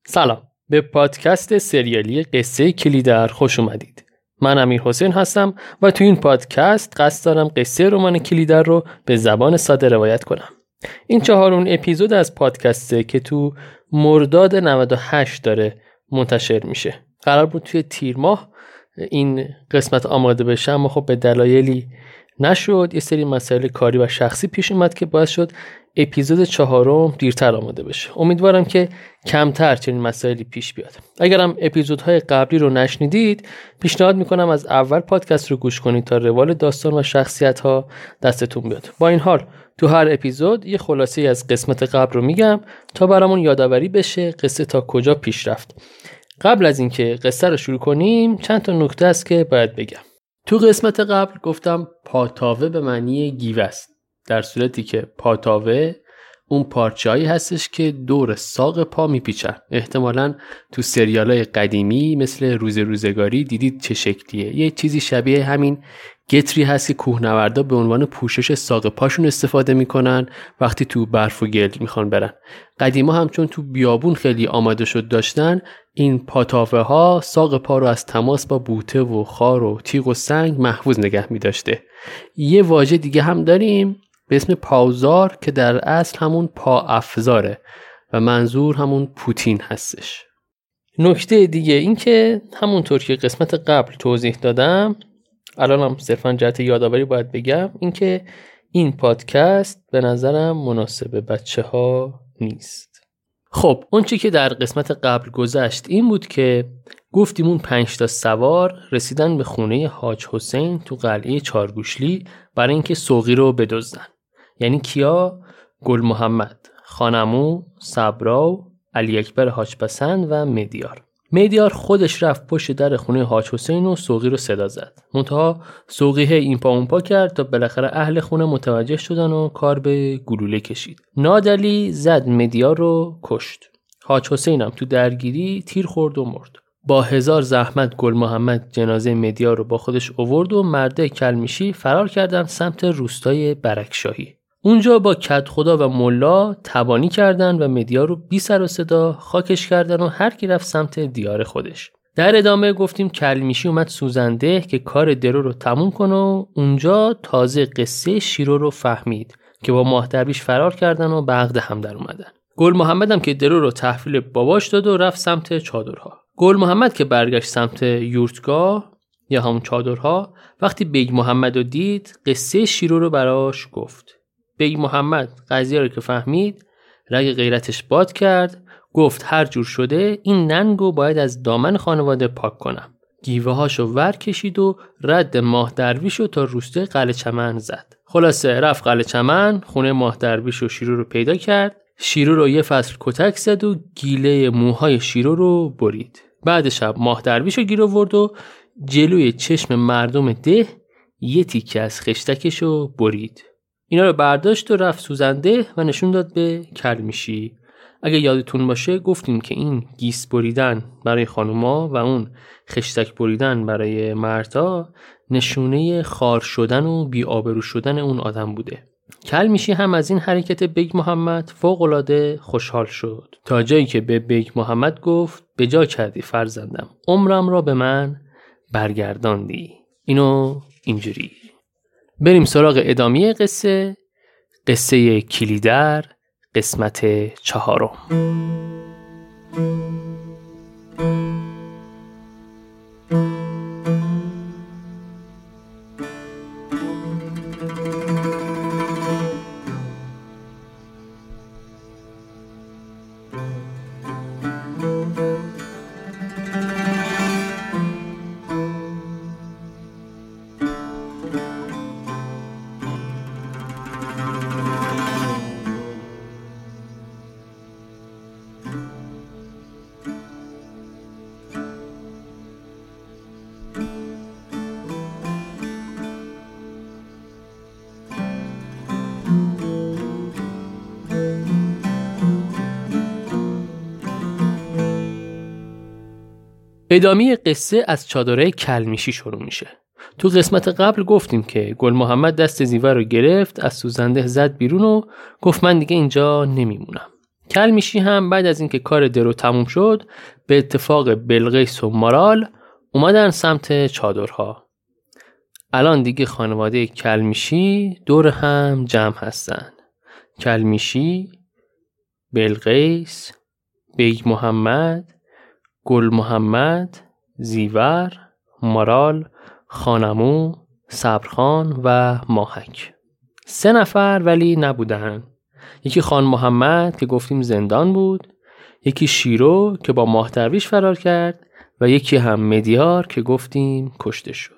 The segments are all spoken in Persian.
سلام، به پادکست سریالی قصه کلیدر خوش اومدید. من امیرحسین هستم و تو این پادکست قصد دارم قصه رمان کلیدر رو به زبان ساده روایت کنم. این 4 اپیزود از پادکسته که تو مرداد 98 داره منتشر میشه. قرار بود توی تیر ماه این قسمت آماده بشه، اما خب به دلایلی نشد. یه سری مسائل کاری و شخصی پیش اومد که باعث شد اپیزود 4 دیرتر آماده بشه. امیدوارم که کمتر چنین مسائلی پیش بیاد. اگرم اپیزودهای قبلی رو نشنیدید، پیشنهاد میکنم از اول پادکست رو گوش کنید تا روال داستان و شخصیت ها دستتون بیاد. با این حال تو هر اپیزود یه خلاصه از قسمت قبل رو میگم تا برامون یادآوری بشه قصه تا کجا پیش رفت. قبل از اینکه قصه رو شروع کنیم چند تا نکته است که باید بگم. تو قسمت قبل گفتم پاتاوه به معنی گیوه است، در صورتی که پاتاوه اون پارچه‌ای هستش که دور ساق پا میپیچن. احتمالاً تو سریال‌های قدیمی مثل روزگاری دیدید چه شکلیه. یه چیزی شبیه همین گتری هست که کوهنوردا به عنوان پوشش ساق پاشون استفاده میکنن وقتی تو برف و گل میخوان برن. قدیما هم چون تو بیابون خیلی آماده شد داشتن، این پاتاوه ها ساق پا رو از تماس با بوته و خار و تیغ و سنگ محفوظ نگه میداشته. یه واژه دیگه هم داریم به اسم پاوزار که در اصل همون پا افزاره و منظور همون پوتین هستش. نکته دیگه این که همونطور که قسمت قبل توضیح دادم، الان هم صرفاً جهت یادآوری باید بگم، این که این پادکست به نظرم مناسب بچه ها نیست. خب اون چی که در قسمت قبل گذشت این بود که گفتیم اون 5 تا سوار رسیدن به خونه حاج حسین تو قلعه چارگوشلی برای اینکه سوغی رو بدزدن. یعنی کیا؟ گل محمد، خانمو، صبرا، علی اکبر حاجپسند و مدیار خودش رفت پشت در خونه حاج حسین و سوغی رو صدا زد. منتها سوغی این پا اون پا کرد تا بالاخره اهل خونه متوجه شدن و کار به گلوله کشید. نادلی زد مدیار رو کشت. حاج حسین هم تو درگیری تیر خورد و مرد. با 1000 زحمت گل محمد جنازه مدیار رو با خودش آورد و مرده کلمیشی فرار کردن سمت روستای برکشاهی. اونجا با کدخدا و ملا تبانی کردن و مدیار رو بی سر و صدا خاکش کردن و هر کی رفت سمت دیار خودش. در ادامه گفتیم کلمیشی اومد سوزنده که کار درو رو تموم کنه و اونجا تازه قصه شیرو رو فهمید که با ماه درویش فرار کردن و به عقد هم در اومدن. گل محمد هم که درو رو تحویل باباش داد و رفت سمت چادرها. گل محمد که برگشت سمت یورتگاه یا همون چادرها، وقتی بیگ محمد رو دید قصه شیرو رو براش گفت. بیگ محمد قضیه رو که فهمید رگ غیرتش باد کرد، گفت هر جور شده این ننگو باید از دامن خانواده پاک کنم. گیوه هاشو ور کشید و رد ماه درویشو تا روستای قلعه چمن زد. خلاصه رفت قلعه چمن، خونه ماه درویش و شیرو رو پیدا کرد. شیرو رو یه فصل کتک زد و گیله موهای شیرو رو برید. بعد شب ماه درویش رو گیر آورد و جلوی چشم مردم ده یه تیکه از خشتکشو برید. اینا رو برداشت و رفت سوزنده و نشون داد به کلمیشی. اگه یادتون باشه گفتیم که این گیس بریدن برای خانوما و اون خشتک بریدن برای مردا نشونه خار شدن و بی‌آبرو شدن اون آدم بوده. کلمیشی هم از این حرکت بیگ محمد فوق‌العاده خوشحال شد تا جایی که به بیگ محمد گفت به جا کردی فرزندم، عمرم را به من برگرداندی. اینو اینجوری. بریم سراغ ادامه قصه کلیدر قسمت 4. ادامه قصه از چادره کلمیشی شروع میشه. تو قسمت قبل گفتیم که گل محمد دست زیور رو گرفت، از سوزنده زد بیرون و گفت من دیگه اینجا نمیمونم. کلمیشی هم بعد از اینکه کار درو تموم شد به اتفاق بلقیس و مارال اومدن سمت چادرها. الان دیگه خانواده کلمیشی دور هم جمع هستن. کلمیشی، بلقیس، بیگ محمد، گل محمد، زیور، مارال، خانمو، صبرخان و ماهک. 3 نفر ولی نبودن. یکی خان محمد که گفتیم زندان بود، یکی شیرو که با ماه درویش فرار کرد و یکی هم مدیار که گفتیم کشته شد.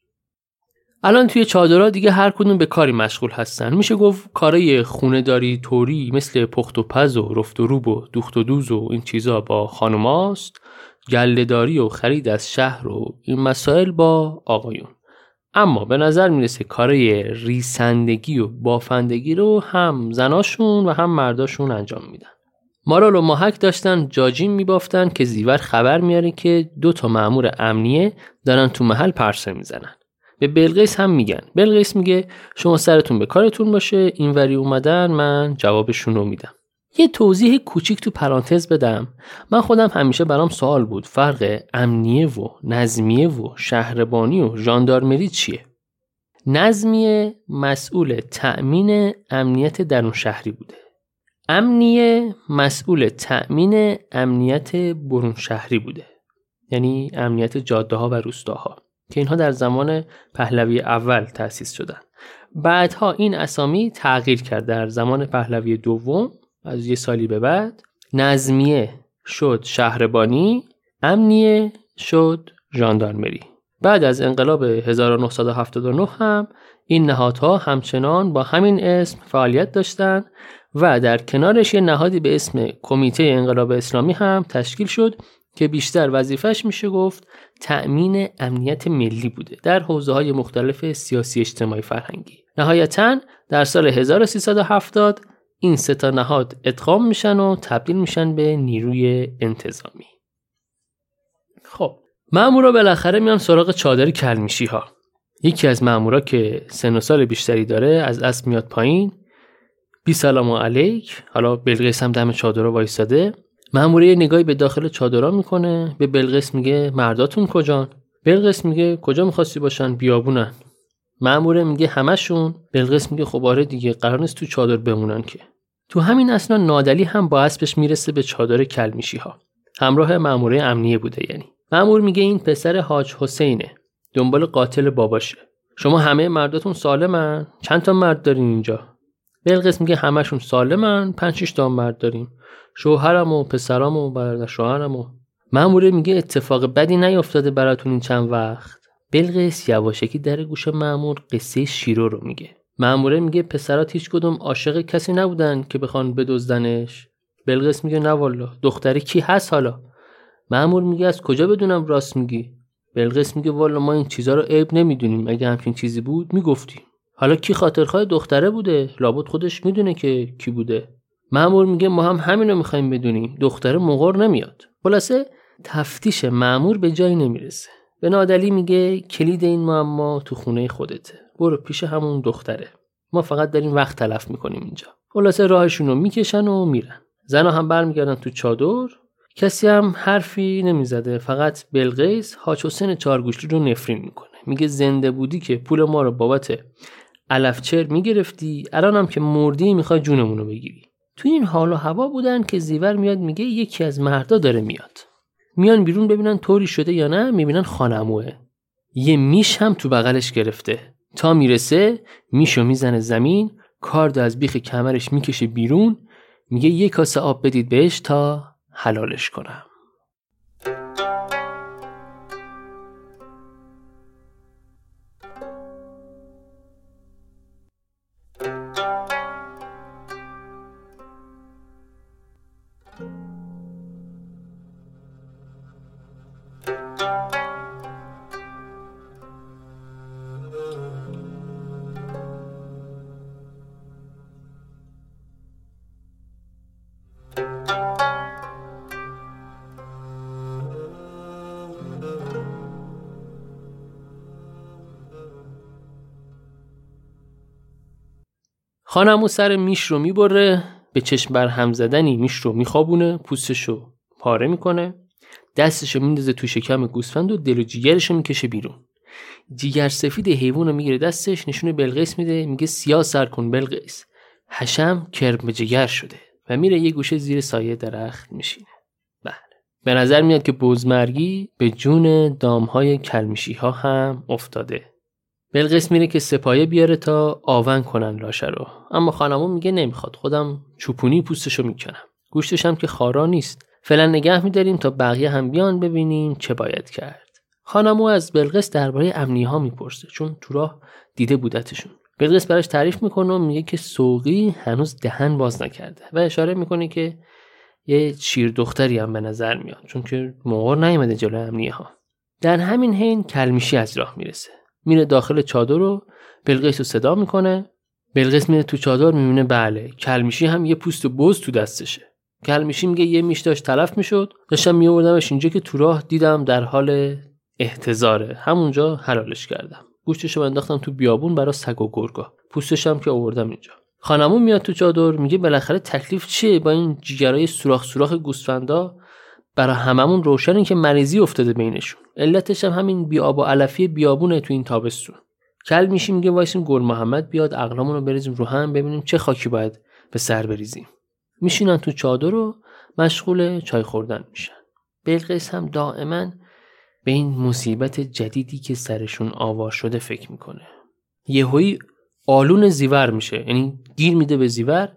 الان توی چادرها دیگه هر کدوم به کاری مشغول هستن. میشه گفت کارای خونه‌داری طوری مثل پخت و پز و رفت و روب و دوخت و دوز و این چیزا با خانوماست، گله‌داری و خرید از شهر و این مسائل با آقایون. اما به نظر میرسه کارای ریسندگی و بافندگی رو هم زناشون و هم مرداشون انجام میدن. مارال و ماهک داشتن جاجین میبافتن که زیور خبر میاره که 2 مأمور امنیه دارن تو محل پرسه میزنن. به بلقیس هم میگن. بلقیس میگه شما سرتون به کارتون باشه، اینوری اومدن من جوابشون رو میدم. یه توضیح کوچیک تو پرانتز بدم. من خودم همیشه برام سوال بود فرق امنیه و نظمیه و شهربانی و ژاندارمری چیه؟ نظمیه مسئول تأمین امنیت درون شهری بوده. امنیه مسئول تأمین امنیت برون شهری بوده. یعنی امنیت جاده ها و روستاها که اینها در زمان پهلوی اول تأسیس شدن. بعدها این اسامی تغییر کرد. در زمان پهلوی دوم از یه سالی به بعد نظمیه شد شهربانی، امنیه شد ژاندارمری. بعد از انقلاب 1979 هم این نهادها همچنان با همین اسم فعالیت داشتن و در کنارش یه نهادی به اسم کمیته انقلاب اسلامی هم تشکیل شد که بیشتر وظیفش میشه گفت تأمین امنیت ملی بوده در حوزه‌های مختلف سیاسی، اجتماعی، فرهنگی. نهایتاً در سال 1370 این 3 نهاد ادغام میشن و تبدیل میشن به نیروی انتظامی. خب مامورا بالاخره میان سراغ چادر کلمیشی ها. یکی از مامورا که سن و سال بیشتری داره از اسب میاد پایین، بی سلام علیک. حالا بلقیس هم دم چادرها وایساده. مامور یه نگاهی به داخل چادرها میکنه، به بلقیس میگه مرداتون کجان؟ بلقیس میگه کجا میخواستی باشن؟ بیابونن. مامور میگه همشون. بلقیس میگه خب آره دیگه، قرار نیست تو چادر بمونن که. تو همین اثنا نادلی هم با اسبش میرسه به چادر کلمیشی ها. همراه ماموره امنیه بوده. یعنی مامور میگه این پسر حاج حسینه، دنبال قاتل باباشه. شما همه مرداتون سالمن؟ چند تا مرد دارین اینجا؟ بلقیس میگه همشون سالمن، 5-6 تا مرد داریم، شوهرم و پسرام و برادر شوهرم. و ماموره میگه اتفاق بدی نیافتاده براتون این چند وقت؟ بلقیس یواشکی در گوش مامور قصه شیرو رو میگه. ماموره میگه پسرات هیچ کدوم عاشق کسی نبودن که بخوان بدزدنش. بلقیس میگه نه والا، دختری کی هست حالا؟ مامور میگه از کجا بدونم راست میگی؟ بلقیس میگه والا ما این چیزا رو عیب نمیدونیم، اگه همچین چیزی بود میگفتیم. حالا کی خاطرخواه دختره بوده؟ لابد خودش میدونه که کی بوده. مامور میگه ما هم همینو میخوایم بدونیم، دختره مغر نمیاد. خلاصه تفتیش مامور به جایی نمیرسه. به نادلی میگه کلید این معما تو خونه خودته، برو پیش همون دختره، ما فقط داریم وقت تلف میکنیم اینجا. خلاصه راهشون رو میکشن و میرن. زنا هم برمیگردن تو چادر. کسی هم حرفی نمیزده، فقط بلقیس حاج حسین چارگوشتی رو نفرین میکنه. میگه زنده بودی که پول ما رو بابت علفچر میگرفتی، الان هم که مردی میخوای جونمون رو بگیری. تو این حال و هوا بودن که زیور میاد میگه یکی از مردا داره میاد. میان بیرون ببینن طوری شده یا نه، میبینن خانموه. یه میش هم تو بغلش گرفته. تا میرسه میشو میزنه زمین، کاردو از بیخ کمرش میکشه بیرون، میگه 1 کاسه آب بدید بهش تا حلالش کنم. خانمو سر میش رو میبره، به چشم برهم زدنی میش رو میخوابونه، پوستشو پاره میکنه، دستشو میندازه تو شکم گوسفند و دل و جیگرشو میکشه بیرون. جیگر سفید حیوانو میگیره دستش، نشونه بلقیس میده، میگه سیاه سر کن بلقیس. حشم کرم جگر شده و میره یه گوشه زیر سایه درخت میشینه. بله، به نظر میاد که بزمرگی به جون دامهای کلمیشی ها هم افتاده. بلقیس میره که سپایه بیاره تا آون کنن لاشه رو، اما خانمون میگه نمیخواد، خودم چوپونی پوستشو میکنم. گوشتش هم که خارا نیست، فعلا نگه میداریم تا بقیه هم بیان ببینیم چه باید کرد. خانمو از بلقیس درباره امنیه ها میپرسه، چون تو راه دیده بودتشون. بلقیس براش تعریف میکنه و میگه که سوقی هنوز دهن باز نکرده و اشاره میکنه که یه شیر دختری هم به نظر میاد، چون که مغور نیومده جلوی امنیه ها. در همین حین کلمیشی از راه میرسه، میره داخل چادر رو بلقیس رو صدا میکنه. بلقیس میره تو چادر، میبینه بله کلمیشی هم یه پوست بز تو دستشه. کلمیشی میگه یه میش داشت تلف میشد، داشتم میوردمش اینجا که تو راه دیدم در حال احتضاره، همونجا حلالش کردم، گوشتشو انداختم تو بیابون برای سگ و گرگا، پوستش هم که آوردم اینجا. خانمون میاد تو چادر، میگه بالاخره تکلیف چیه با این جیگرای سوراخ سوراخ گوسفندا؟ برای هممون روشنه که مریضی افتاده بینشون، علتش هم همین بیاب و علفی بیابونه تو این تابستون. کلمیشی میگه وایسیم گل محمد بیاد عقلمون رو بریزیم رو هم، ببینیم چه خاکی باید به سر بریزیم. میشینن تو چادر و مشغول چای خوردن میشن. بلقیس هم دائما به این مصیبت جدیدی که سرشون آوار شده فکر میکنه. یهویی آلون زیور میشه، یعنی گیر میده به زیور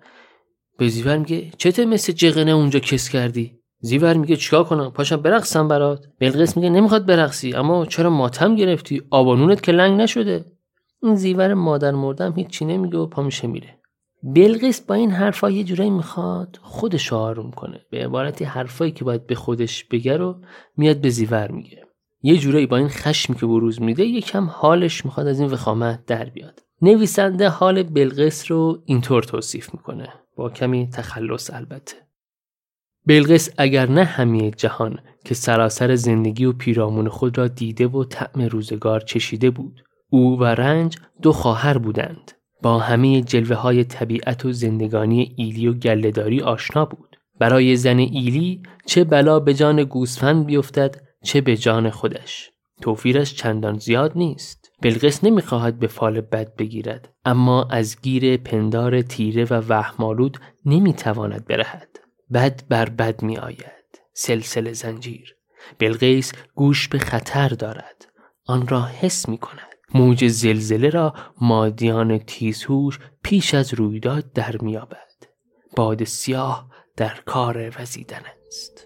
میگه چته مثل جغنه اونجا کس کردی؟ زیور میگه چیکار کنم، پاشم برقصم برات؟ بلقیس میگه نمیخواد برقصی، اما چرا ماتم گرفتی؟ آبانونت که لنگ نشده؟ این زیور مادر مردم هیچ چی نمیگه و پا میشه میره. بلقیس با این حرفا یه جورایی میخواد خودش آروم کنه، به عبارتی حرفایی که باید به خودش بگه رو میاد به زیور میگه. یه جورایی با این خشمی که بروز میده یکم حالش میخواد از این وخامت در بیاد. نویسنده حال بلقیس رو اینطور توصیف میکنه، با کمی تخلص البته. بلقیس اگر نه همه جهان که سراسر زندگی و پیرامون خود را دیده و طعم روزگار چشیده بود، او و رنج دو خواهر بودند. با همه جلوه های طبیعت و زندگانی ایلی و گله‌داری آشنا بود. برای زن ایلی چه بلا به جان گوسفند بیفتد چه به جان خودش. توفیرش چندان زیاد نیست. بلقیس نمیخواهد به فال بد بگیرد، اما از گیر پندار تیره و وهم‌آلود نمیتواند برهد. بد بر بد می آید، سلسله زنجیر. بلقیس گوش به خطر دارد، آن را حس می کند. موج زلزله را مادیان تیزهوش پیش از رویداد در می یابد. باد سیاه در کار وزیدن است.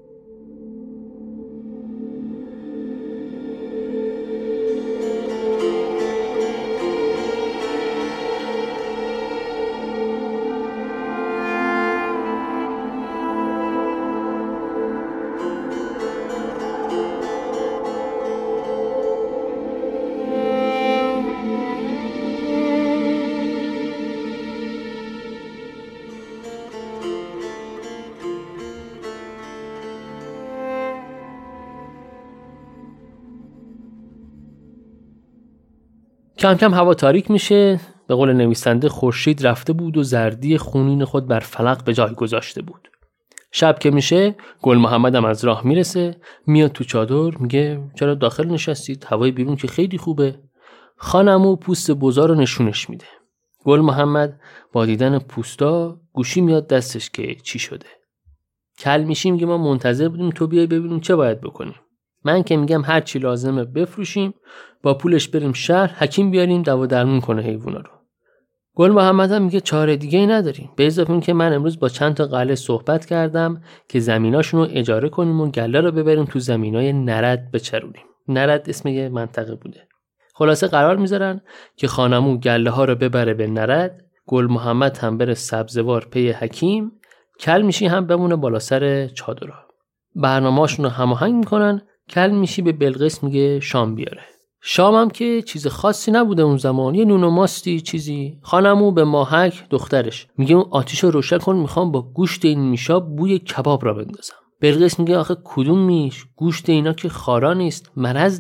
کم کم هوا تاریک میشه. به قول نویسنده خورشید رفته بود و زردی خونین خود بر فلک به جای گذاشته بود. شب که میشه گل محمد هم از راه میرسه، میاد تو چادر، میگه چرا داخل نشستید؟ هوای بیرون که خیلی خوبه. خانمو پوست بزا رو نشونش میده. گل محمد با دیدن پوستا گوشی میاد دستش که چی شده. کلمیشی میگه ما منتظر بودیم تو بیای ببینیم چه باید بکنیم. من که میگم هر چی لازمه بفروشیم، با پولش بریم شهر، حکیم بیاریم دوا درمون کنه حیونا رو. گل محمد هم میگه چاره دیگه ای نداریم، به اضافه این که من امروز با چند تا قله صحبت کردم که زمیناشون رو اجاره کنیم و گله رو ببریم تو زمینای نرد بچرونیم. نرد اسم یه منطقه بوده. خلاصه قرار میذارن که خانمو گله ها رو ببره به نرد، گل محمد هم بره سبزوار پی حکیم، کلمیشی هم بمونه بالا سر چادرها. برنامه‌اشون رو هماهنگ میکنن. کلمیشی به بلقیس میگه شام بیاره. شام هم که چیز خاصی نبوده اون زمان، یه نون و ماستی چیزی. خانمو به ماهک دخترش میگه اون آتیش رو روشن کن، میخوام با گوشت این میشا بوی کباب را بندازم. بلقیس میگه آخه کدوم میش؟ گوشت اینا که خارا نیست، مرض داره.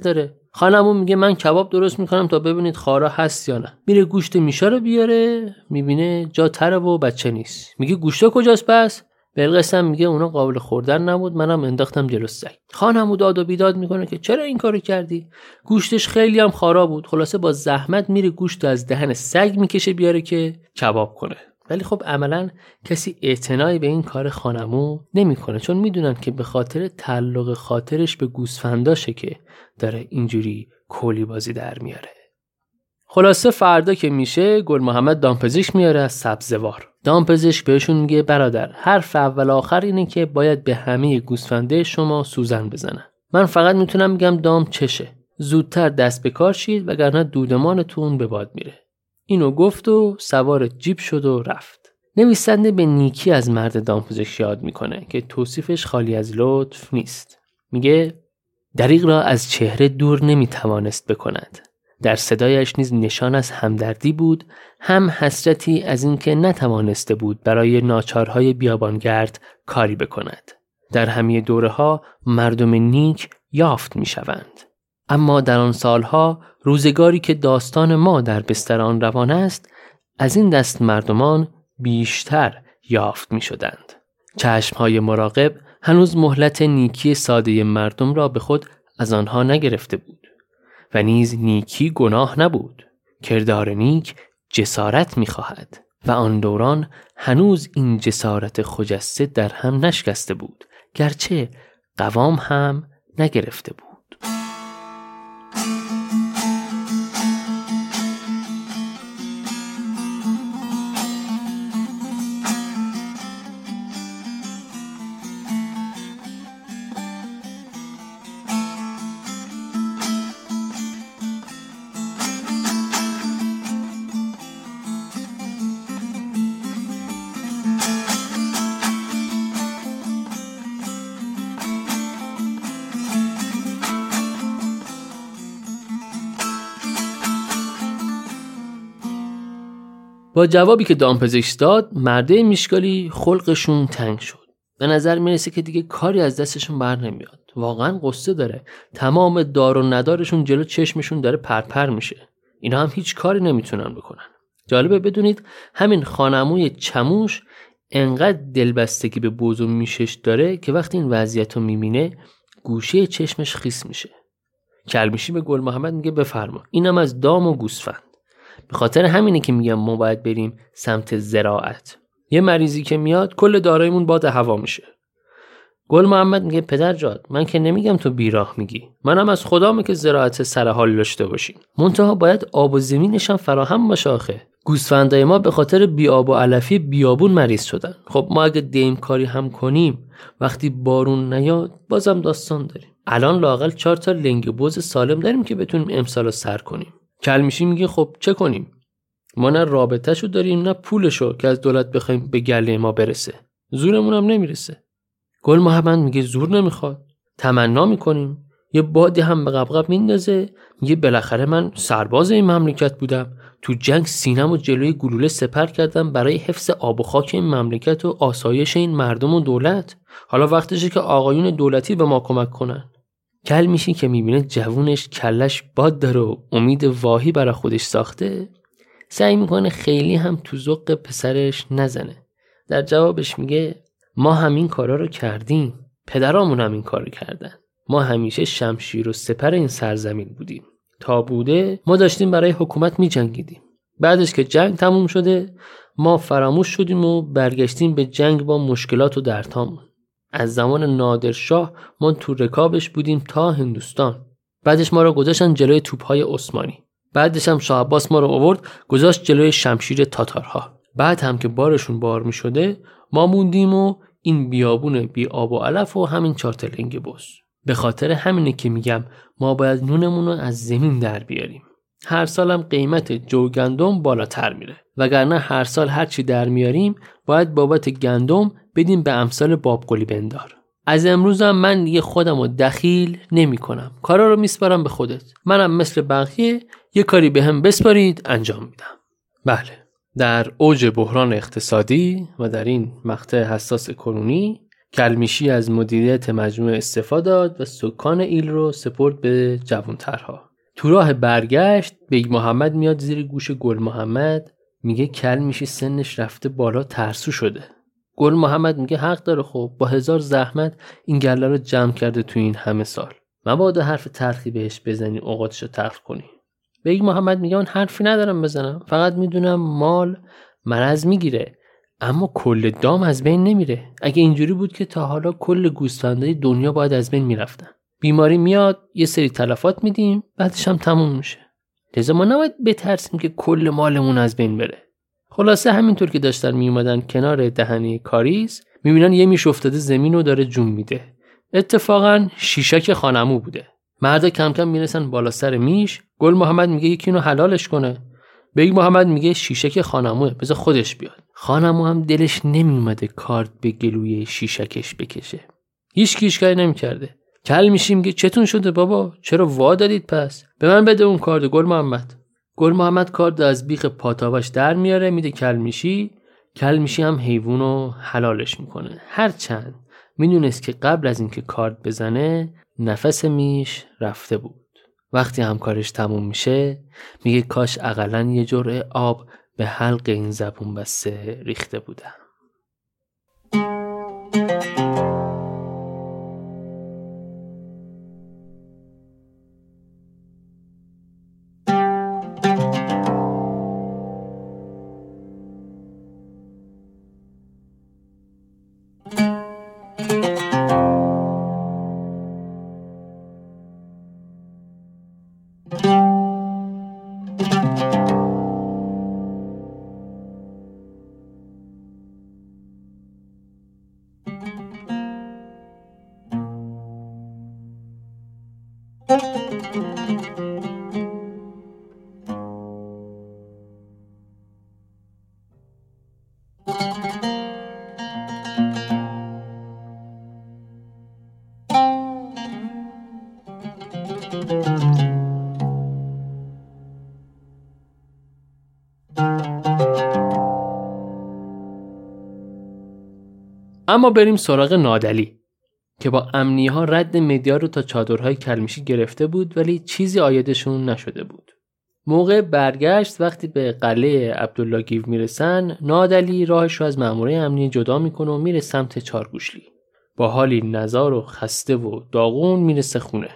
خانمون میگه من کباب درست میکنم تا ببینید خارا هست یا نه. میره گوشت میشه رو بیاره، میبینه جا تره و بچه نیست. میگه گوشت کجاست پس؟ بلقیس هم میگه اونا قابل خوردن نبود، منم انداختم جلو سگ. خانمو داد و بیداد میکنه که چرا این کارو کردی؟ گوشتش خیلی هم خارا بود. خلاصه با زحمت میره گوشت از دهن سگ میکشه بیاره که کباب کنه. ولی خب عملاً کسی اعتنایی به این کار خانمو نمیکنه، چون میدونن که به خاطر تعلق خاطرش به گوسفنداشه که داره اینجوری کولی بازی در میاره. خلاصه فردا که میشه گل محمد دامپزشک میاره از سبزوار. دامپزشک بهشون میگه برادر، حرف اول آخر اینه که باید به همه گوسفنده شما سوزن بزنن. من فقط میتونم بگم دام چشه. زودتر دست به کار شید وگرنه دودمانتون به باد میره. اینو گفت و سوار جیب شد و رفت. نویسنده به نیکی از مرد دامپزشک یاد میکنه که توصیفش خالی از لطف نیست. میگه دریغ را از چهره دور نمیتوانست بکند. در صدایش نیز نشان از همدردی بود، هم حسرتی از اینکه نتوانسته بود برای ناچارهای بیابانگرد کاری بکند. در همه دوره‌ها مردم نیک یافت میشوند. اما در آن سالها روزگاری که داستان ما در بستر آن روان است، از این دست مردمان بیشتر یافت می شدند. چشمهای مراقب هنوز مهلت نیکی ساده مردم را به خود از آنها نگرفته بود. و نیز نیکی گناه نبود. کردار نیک جسارت می خواهد. و آن دوران هنوز این جسارت خجسته در هم نشکسته بود، گرچه قوام هم نگرفته بود. با جوابی که دامپزشک داد، مرده میشکالی خلقشون تنگ شد. به نظر میرسه که دیگه کاری از دستشون بر نمیاد. واقعا قصه داره. تمام دار و ندارشون جلو چشمشون داره پرپر میشه. اینا هم هیچ کاری نمیتونن بکنن. جالبه بدونید همین خانموی چموش انقدر دلبستگی به بوز و میشش داره که وقتی این وضعیت رو میبینه گوشه چشمش خیس میشه. کلمیشی به گل محمد میگه بفرما، اینم از دام و گوسفند. به خاطر همینه که میگم ما باید بریم سمت زراعت. یه مریضی که میاد کل داراییمون باد هوا میشه. گل محمد میگه پدر جاد، من که نمیگم تو بیراه میگی. منم از خدامه که زراعت سر حال داشته باشیم. منتها باید آب و زمینش هم فراهم باشه آخه. گوسفندای ما به خاطر بیاب و علفی بیابون مریض شدن. خب ما اگه دیم کاری هم کنیم وقتی بارون نیاد بازم داستان داریم. الان لااقل 4 تا لنگ بز سالم داریم که بتونیم امسالو سر کنیم. کلمیشی میگه خب چه کنیم؟ ما نه رابطه‌شو داریم نه پولشو که از دولت بخوایم به گله ما برسه. زورمون هم نمیرسه. گل محمد میگه زور نمیخواد. تمنا میکنیم. یه بادی هم به قبقب میندازه. میگه بالاخره من سرباز این مملکت بودم. تو جنگ سینه‌مو جلوی گلوله سپر کردم برای حفظ آب و خاک این مملکت و آسایش این مردم و دولت. حالا وقتشه که آقایون دولتی به ما کمک کنن. کلمیشی که میبینه جوونش کلش باد داره و امید واهی برای خودش ساخته، سعی میکنه خیلی هم تو ذوق پسرش نزنه. در جوابش میگه ما همین کارا رو کردیم، پدرامون هم این کارو کردن. ما همیشه شمشیر و سپر این سرزمین بودیم. تا بوده ما داشتیم برای حکومت میجنگیدیم. بعدش که جنگ تموم شده ما فراموش شدیم و برگشتیم به جنگ با مشکلات و دردهامون. از زمان نادرشاه ما تو رکابش بودیم تا هندوستان. بعدش ما رو گذاشتن جلوی توپ‌های عثمانی. بعدش هم شاه عباس ما رو آورد گذاشت جلوی شمشیر تاتارها. بعد هم که بارشون بار می شده ما موندیم و این بیابون بی آب و علف و همین 4 تا لنگ بز. به خاطر همینه که میگم ما باید نونمون رو از زمین در بیاریم. هر سالم قیمت جو گندم بالاتر میره. وگرنه هر سال هر چی در میاریم باید بابت گندم بدیم به امثال باب قلی بندار. از امروزم من دیگه خودمو دخیل نمی کنم. کارا رو میسپارم به خودت. منم مثل بقیه یه کاری به هم بسپارید انجام میدم. بله، در اوج بحران اقتصادی و در این مقطع حساس کنونی کلمیشی از مدیریت مجموعه استفاده داد و سکان ایل رو سپرد به جوانترها. تو راه برگشت بیگ محمد میاد زیر گوش گل محمد، میگه کلمیشی سنش رفته بالا، ترسو شده. گل محمد میگه حق داره، خب با 1000 زحمت این گله رو جمع کرده تو این همه سال، مبادا حرف تلخی بهش بزنی، اوقاتشو تلخ کنی. بیگ محمد میگه من حرفی ندارم بزنم، فقط میدونم مال مرض میگیره اما کل دام از بین نمیره. اگه اینجوری بود که تا حالا کل گوسفندای دنیا باید از بین میرفتن. بیماری میاد، یه سری تلفات میدیم، بعدش هم تموم میشه. لذا ما نباید بترسیم که کل مالمون از بین بره. خلاصه همینطور که داشتن میومدن کنار دهنه کاریز، میبینن یه میش افتاده زمین رو داره جون میده. اتفاقا شیشک خانمو بوده. مردا کم کم میرسن بالا سر میش. گل محمد میگه یکی اینو حلالش کنه. بیگ محمد میگه شیشک خانموه، بذار خودش بیاد. خانمو هم دلش نمیومده کارد به گلوی شیشکش بکشه. هیچ کیش کاری نمیکرده. کلمیشی میگه چتون شده بابا؟ چرا وا دادید پس؟ به من بده اون کارد گل محمد. گل محمد کارد از بیخ پاتاواش در میاره، میده کلمیشی. کلمیشی هم حیوانو حلالش میکنه. هرچند میدونست که قبل از اینکه کارد بزنه نفس میش رفته بود. وقتی همکارش تموم میشه میگه کاش اقلن یه جرعه آب به حلق این زبون بسته ریخته بودم. اما بریم سراغ نادلی که با امنی‌ها رد مدیا رو تا چادرهای کلمیشی گرفته بود ولی چیزی عایدشون نشده بود. موقع برگشت وقتی به قلعه عبدالله گیو میرسن، نادلی راهش رو از مأموره امنیه جدا میکنه و میره سمت چارگوشلی. با حالی نزار و خسته و داغون میرسه خونه.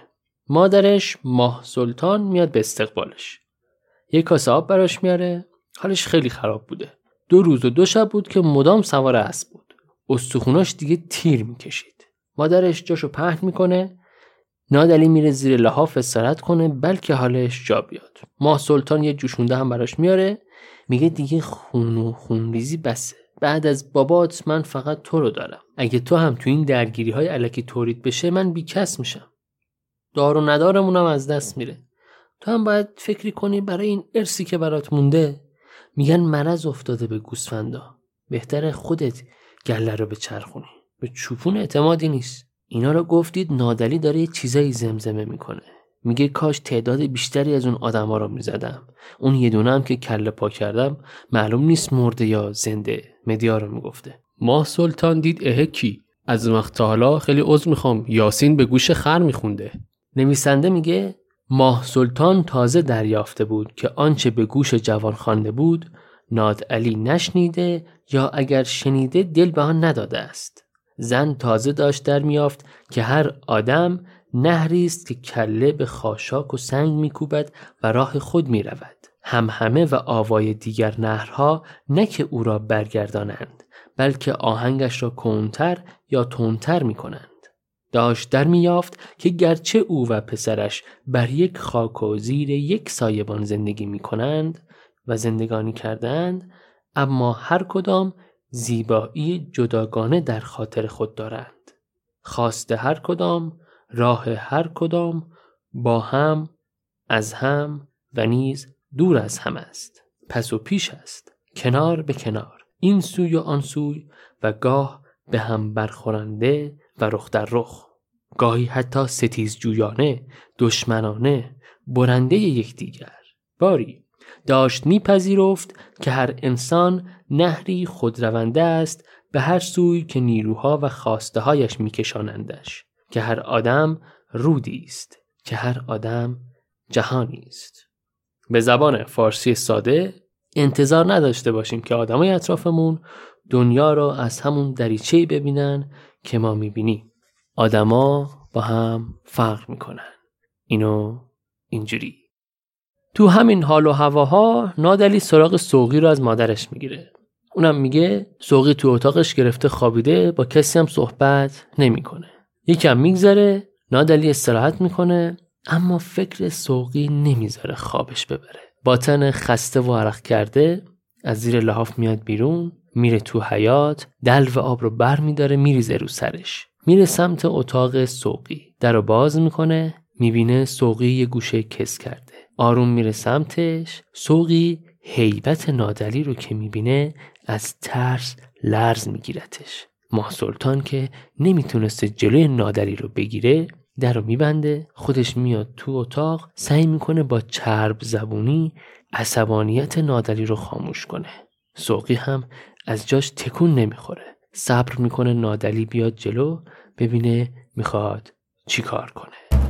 مادرش ماه سلطان میاد به استقبالش. یک کاسه آب براش میاره. حالش خیلی خراب بوده. 2 روز و 2 شب بود که مدام سوار اسب بود. استخوناش دیگه تیر میکشید. مادرش جاشو پهن میکنه. نادلی میره زیر لحاف استراحت کنه بلکه حالش جا بیاد. ماه سلطان یه جوشونده هم براش میاره. میگه دیگه خون و خونریزی بسه. بعد از بابات من فقط تو رو دارم. اگه تو هم تو این درگیری های الکی تولید بشه من بیکس میشم. دار و ندارمونم از دست میره. تو هم باید فکری کنی برای این ارثی که برات مونده. میگن مرض افتاده به گوسفندا. بهتره خودت گله رو بچرخونی. به چوپون اعتمادی نیست. اینا رو گفتید نادلی داره یه چیزایی زمزمه میکنه. میگه کاش تعداد بیشتری از اون آدما رو میزدم. اون یه دونه هم که کله پا کردم معلوم نیست مرده یا زنده. مدیا رو میگفته. ماه سلطان دید کی؟ از وقت تا حالا خیلی عذر میخوام یاسین به گوش خر میخونده. نویسنده میگه ماه سلطان تازه دریافته بود که آنچه به گوش جوان خوانده بود نادعلی نشنیده یا اگر شنیده دل به آن نداده است. زن تازه داشت در میافت که هر آدم نهری است که کله به خاشاک و سنگ میکوبد و راه خود میرود. همهمه و آوای دیگر نهرها نه که او را برگردانند بلکه آهنگش را کندتر یا تندتر میکنند. داشت در میافت که گرچه او و پسرش بر یک خاک و زیر یک سایبان زندگی میکنند و زندگانی کردند، اما هر کدام زیبایی جداگانه در خاطر خود دارند. خواست هر کدام، راه هر کدام، با هم، از هم و نیز دور از هم است. پس و پیش است، کنار به کنار، این سوی و آن سوی و گاه به هم برخورنده و رخ در رخ. گاهی حتی ستیز جویانه، دشمنانه، برنده یکدیگر. باری داشت میپذیرفت که هر انسان نهری خودرونده است به هر سوی که نیروها و خواسته هایش میکشانندش، که هر آدم رودی است، که هر آدم جهانی است. به زبان فارسی ساده انتظار نداشته باشیم که آدمای اطرافمون دنیا رو از همون دریچه‌ای ببینن که ما میبینیم. آدما با هم فرق میکنن. اینو اینجوری. تو همین حال و هواها نادلی سراغ سوقی رو از مادرش میگیره. اونم میگه سوقی تو اتاقش گرفته خوابیده، با کسی هم صحبت نمیکنه. یکم میگذره، نادلی استراحت میکنه، اما فکر سوقی نمیذاره خوابش ببره. با تن خسته و عرق کرده از زیر لحاف میاد بیرون، میره تو حیاط، دلو آب رو بر میداره میریزه رو سرش. میره سمت اتاق سوقی، در رو باز میکنه، میبینه سوقی یه گوشه کس کرده. آروم میره سمتش. سوقی هیبت نادلی رو که میبینه از ترس لرز میگیرتش. ماه سلطان که نمیتونسته جلوی نادلی رو بگیره، در رو میبنده، خودش میاد تو اتاق، سعی میکنه با چرب زبونی عصبانیت نادلی رو خاموش کنه. سوقی هم از جاش تکون نمیخوره. صبر میکنه نادلی بیاد جلو، ببینه میخواد چی کار کنه.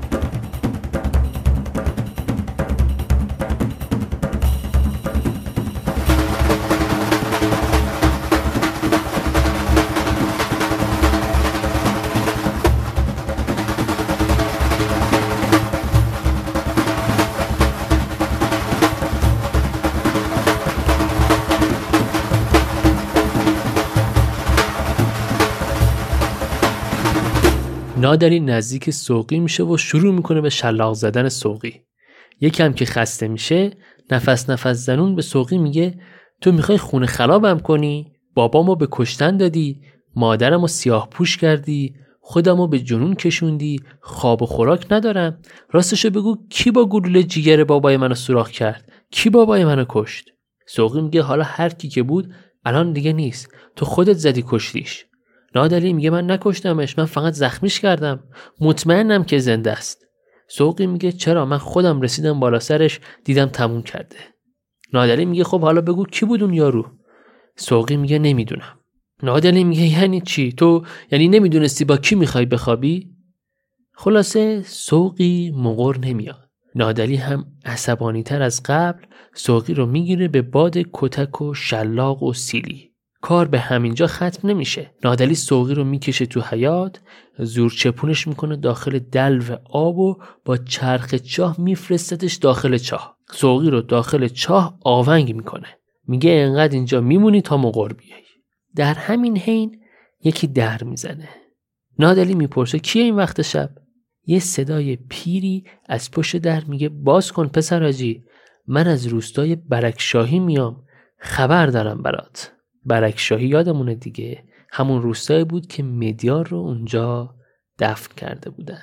نادلی نزدیک سوقی میشه و شروع میکنه به شلاق زدن سوقی. یکم که خسته میشه، نفس زنون به سوقی میگه تو میخوای خونه خرابم کنی؟ بابامو به کشتن دادی، مادرمو سیاه پوش کردی، خودمو به جنون کشوندی، خواب و خوراک ندارم. راستشو بگو کی با گلوله جیگر بابای منو سوراخ کرد؟ کی بابای منو کشت؟ سوقی میگه حالا هر کی که بود الان دیگه نیست، تو خودت زدی کشتیش. نادلی میگه من نکشتمش، من فقط زخمیش کردم، مطمئنم که زنده است. سوقی میگه چرا؟ من خودم رسیدم بالا سرش، دیدم تموم کرده. نادلی میگه خب حالا بگو کی بود اون یارو؟ سوقی میگه نمیدونم. نادلی میگه یعنی چی؟ تو یعنی نمیدونستی با کی میخوای بخوابی؟ خلاصه سوقی مقر نمیاد. نادلی هم عصبانی تر از قبل سوقی رو میگیره به باد کتک و شلاق و سیلی. کار به همینجا ختم نمیشه. نادلی سوقی رو میکشه تو حیاط، زور چپونش میکنه داخل دلو آب و با چرخ چاه میفرستتش داخل چاه. سوقی رو داخل چاه آونگ میکنه. میگه انقدر اینجا میمونی تا مقر بیای. در همین حین یکی در میزنه. نادلی میپرسه کیه این وقت شب؟ یه صدای پیری از پشت در میگه باز کن پسر حاجی، من از روستای برکشاهی میام، خبر دارم برات. برکشاهی یادمونه دیگه، همون روستایی بود که مدیار رو اونجا دفن کرده بودن.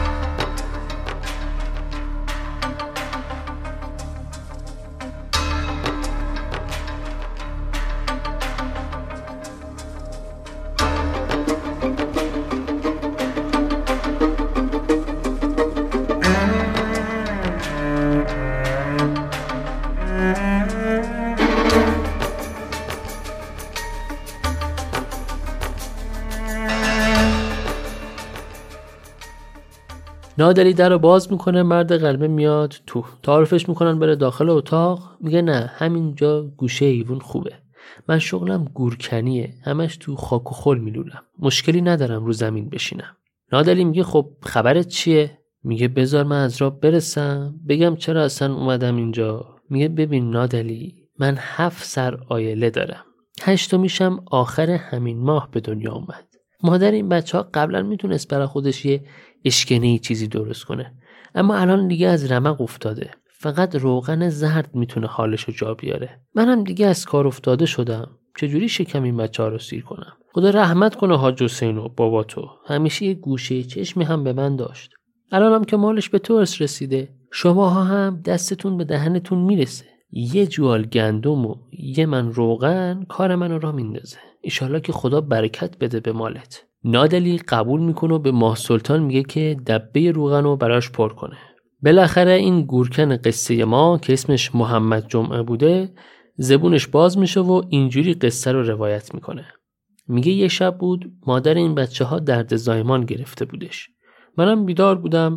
نادلی در رو باز میکنه، مرد قلبه میاد تو. تعارفش میکنن بره داخل اتاق. میگه نه، همینجا گوشه ایوون خوبه، من شغلم گورکنیه، همش تو خاک و خل میلولم، مشکلی ندارم رو زمین بشینم. نادلی میگه خب خبرت چیه؟ میگه بذار من از راه برسم بگم چرا اصلا اومدم اینجا. میگه ببین نادلی، من 7 سر آیله دارم، 8میشم آخر همین ماه به دنیا اومد. مادر این بچه ها قبلا میتونست برای خودش یه اشکنه‌ای چیزی درست کنه، اما الان دیگه از رمق افتاده، فقط روغن زرد میتونه حالشو جا بیاره. منم دیگه از کار افتاده شدم، چجوری شکم این بچه ها رو سیر کنم؟ خدا رحمت کنه حاج حسین و بابا تو، همیشه یه گوشه چشمی هم به من داشت، الانم که مالش به تو رسیده، شماها هم دستتون به دهنتون میرسه، یه جوال گندم و یه من روغن کار منو را میندازه، ایشالله که خدا برکت بده به مالت. نادلی قبول میکنه و به ماه سلطان میگه که دبه روغن رو براش پر کنه. بالاخره این گورکن قصه ما که اسمش محمد جمعه بوده زبونش باز میشه و اینجوری قصه رو روایت میکنه. میگه یه شب بود مادر این بچه ها درد زایمان گرفته بودش. منم بیدار بودم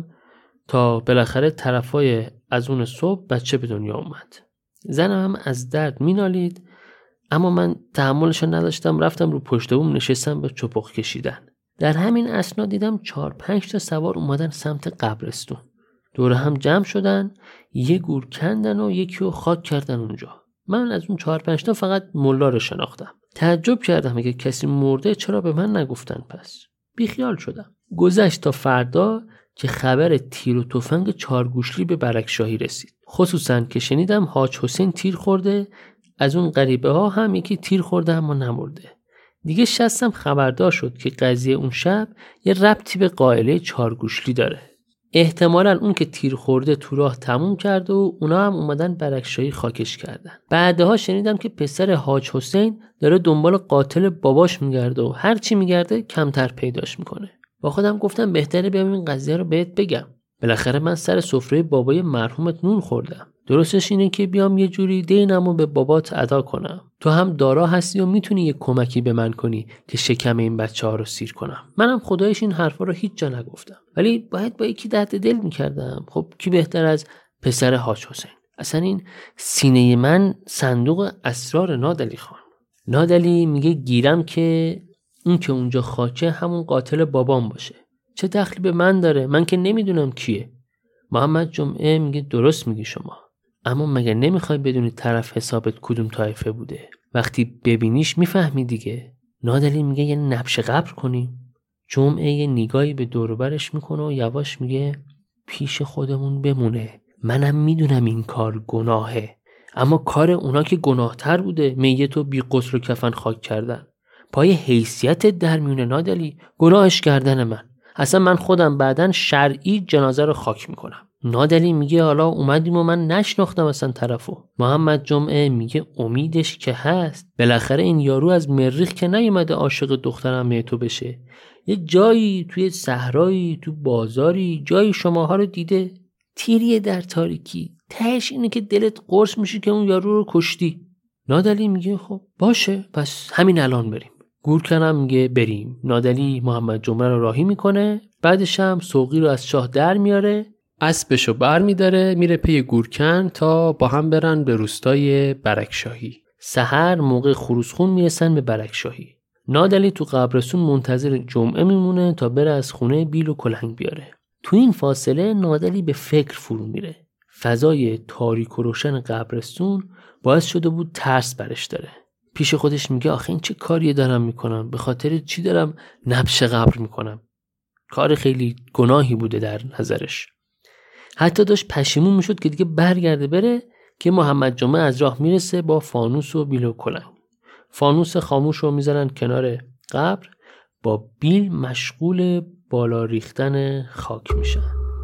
تا بالاخره طرفای از اون صبح بچه به دنیا اومد. زنم هم از درد مینالید، اما من تحملش نداشتم، رفتم رو پشت بوم نشستم به چپق کشیدن. در همین اثنا دیدم 4-5 تا سوار اومدن سمت قبرستون. دور هم جمع شدن، یه گور کندن و یکی رو خاک کردن اونجا. من از اون 4-5 تا فقط ملا رو شناختم. تعجب کردم اگه کسی مرده چرا به من نگفتن پس. بیخیال شدم. گذشت تا فردا که خبر تیر و تفنگ 4 گوشلی به برکشاهی رسید. خصوصا که شنیدم حاج حسین تیر خورده، از اون غریبه ها هم یکی تیر خورده اما نمرده. دیگه شستم خبردار شد که قضیه اون شب یه ربطی به قائله 4 گوشلی داره. احتمالاً اون که تیر خورده تو راه تموم کرده و اونا هم اومدن برکشاهی خاکش کردن. بعدها شنیدم که پسر حاج حسین داره دنبال قاتل باباش میگرده و هر چی میگرده کمتر پیداش میکنه. با خودم گفتم بهتره بیام این قضیه رو بهت بگم. بالاخره من سر سفره بابای مرحومت نون خوردم. درستش اینه که بیام یه جوری دینمو به بابات ادا کنم. تو هم دارا هستی و میتونی یه کمکی به من کنی که شکم این بچه ها رو سیر کنم. منم خدایش این حرفا رو هیچ جا نگفتم، ولی باید با یکی درد دل میکردم. خب کی بهتر از پسر حاج حسین؟ اصلا این سینه من صندوق اسرار نادلی خان. نادلی میگه گیرم که اون که اونجا خاکه همون قاتل بابام باشه. چه دخلی به من داره؟ من که نمیدونم کیه. محمد جمعه میگه درست میگی شما، اما مگه نمیخوای بدونی طرف حسابت کدوم طایفه بوده؟ وقتی ببینیش میفهمی دیگه. نادلی میگه یه نبش قبر کنیم. جمعه یه نگاهی به دور و برش میکنه و یواش میگه پیش خودمون بمونه. منم میدونم این کار گناهه، اما کار اونا که گناهتر بوده. میت و بی غسل و کفن خاک کردن. پای حیثیتت در میونه نادلی، گناهش کردن من. اصلا من خودم بعدن شرعی جنازه رو خاک میکنم. نادلی میگه حالا اومدیم و من نشناختم اصلا طرفو. محمد جمعه میگه امیدش که هست، بالاخره این یارو از مریخ که نیومده عاشق دخترم تو بشه. یه جایی توی صحرایی، تو بازاری، جایی شماها رو دیده، تیریه در تاریکی، تهش اینه که دلت قرص میشه که اون یارو رو کشتی. نادلی میگه خب باشه، پس همین الان بریم. گورکنم میگه بریم. نادلی محمد جمعه رو راهی میکنه، بعدش هم سوقی رو از شاه در میاره، اسبشو بر میداره، میره پی گورکن تا با هم برن به روستای برکشاهی. سحر موقع خروسخون میرسن به برکشاهی. نادلی تو قبرستون منتظر جمعه میمونه تا بره از خونه بیل و کلنگ بیاره. تو این فاصله نادلی به فکر فرو میره. فضای تاریک و روشن قبرستون باعث شده بود ترس برش داره. پیش خودش میگه آخه این چه کاریه دارم میکنم؟ به خاطر چی دارم نبش قبر میکنم؟ کار خیلی گناهی بوده در نظرش. حتی داشت پشیمون میشد که دیگه برگرده بره که محمد جمعه از راه میرسه با فانوس و بیل و کلنگ. فانوس خاموش رو میذارن کنار قبر، با بیل مشغول بالا ریختن خاک میشن.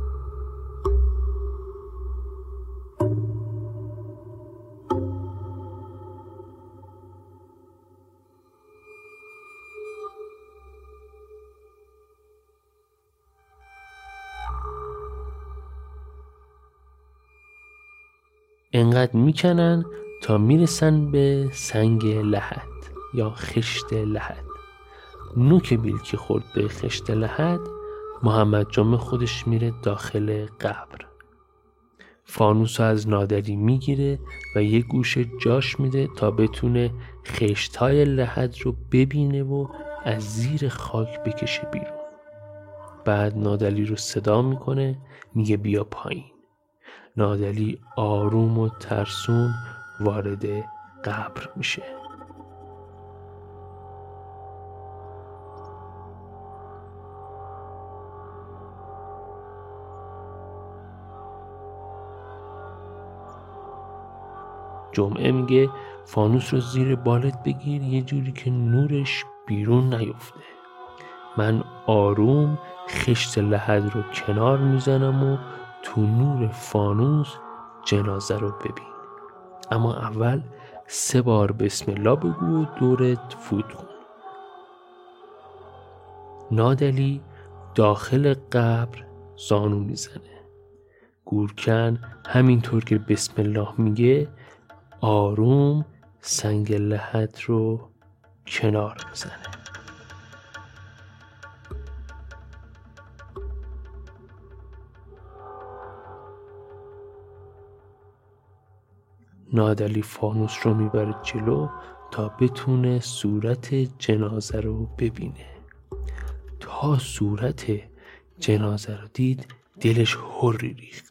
انقدر میکنن تا میرسن به سنگ لحد یا خشت لحد. نوک بیل که خورد به خشت لحد، محمد جمعه خودش میره داخل قبر. فانوس از نادلی میگیره و یه گوشه جاش میده تا بتونه خشتای لحد رو ببینه و از زیر خاک بکشه بیرون. بعد نادلی رو صدا میکنه، میگه بیا پایین. نادلی آروم و ترسون وارد قبر میشه. جمعه میگه فانوس رو زیر بالت بگیر یه جوری که نورش بیرون نیفته. من آروم خشت لحد رو کنار میزنم و تو نور فانوس جنازه رو ببین. اما اول 3 بار بسم الله بگو و دورت فوت کن. نادلی داخل قبر زانو میزنه. گورکن همینطور که بسم الله میگه آروم سنگ لحد رو کنار بزنه. نادلی فانوس رو میبره جلو تا بتونه صورت جنازه رو ببینه. تا صورت جنازه رو دید دلش هوری ریخت.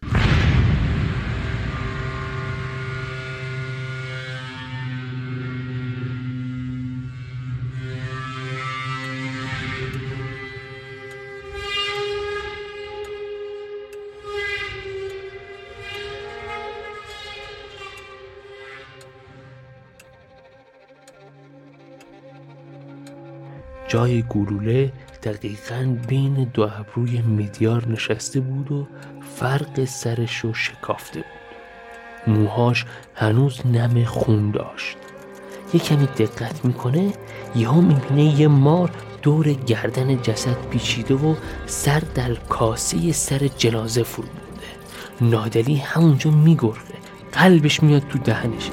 جای گلوله دقیقاً بین دو ابروی مدیار نشسته بود و فرق سرش رو شکافته بود. موهاش هنوز نم خون داشت. یه کمی دقت میکنه یهو میبینه یه مار دور گردن جسد پیچیده و سر در کاسه سر جنازه فرو برده. نادلی همونجا میگرخه، قلبش میاد تو دهنش.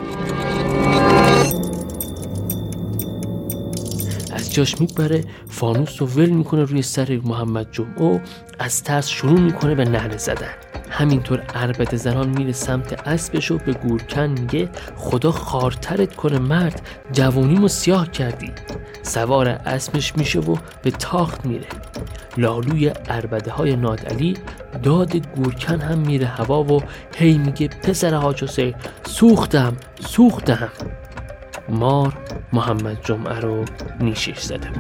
از جاش میپره، فانوس رو ول میکنه روی سر محمد جمعه و از ترس شروع میکنه به نعره زدن. همینطور عربده زنان میره سمت اسبش و به گورکن میگه خدا خارترت کنه مرد، جوونیمو سیاه کردی. سوار اسبش میشه و به تاخت میره. لالوی عربده های نادعلی داد گورکن هم میره هوا و هی میگه پسر حاج حسین سوختم. مار محمد جمعه رو نیشش زده.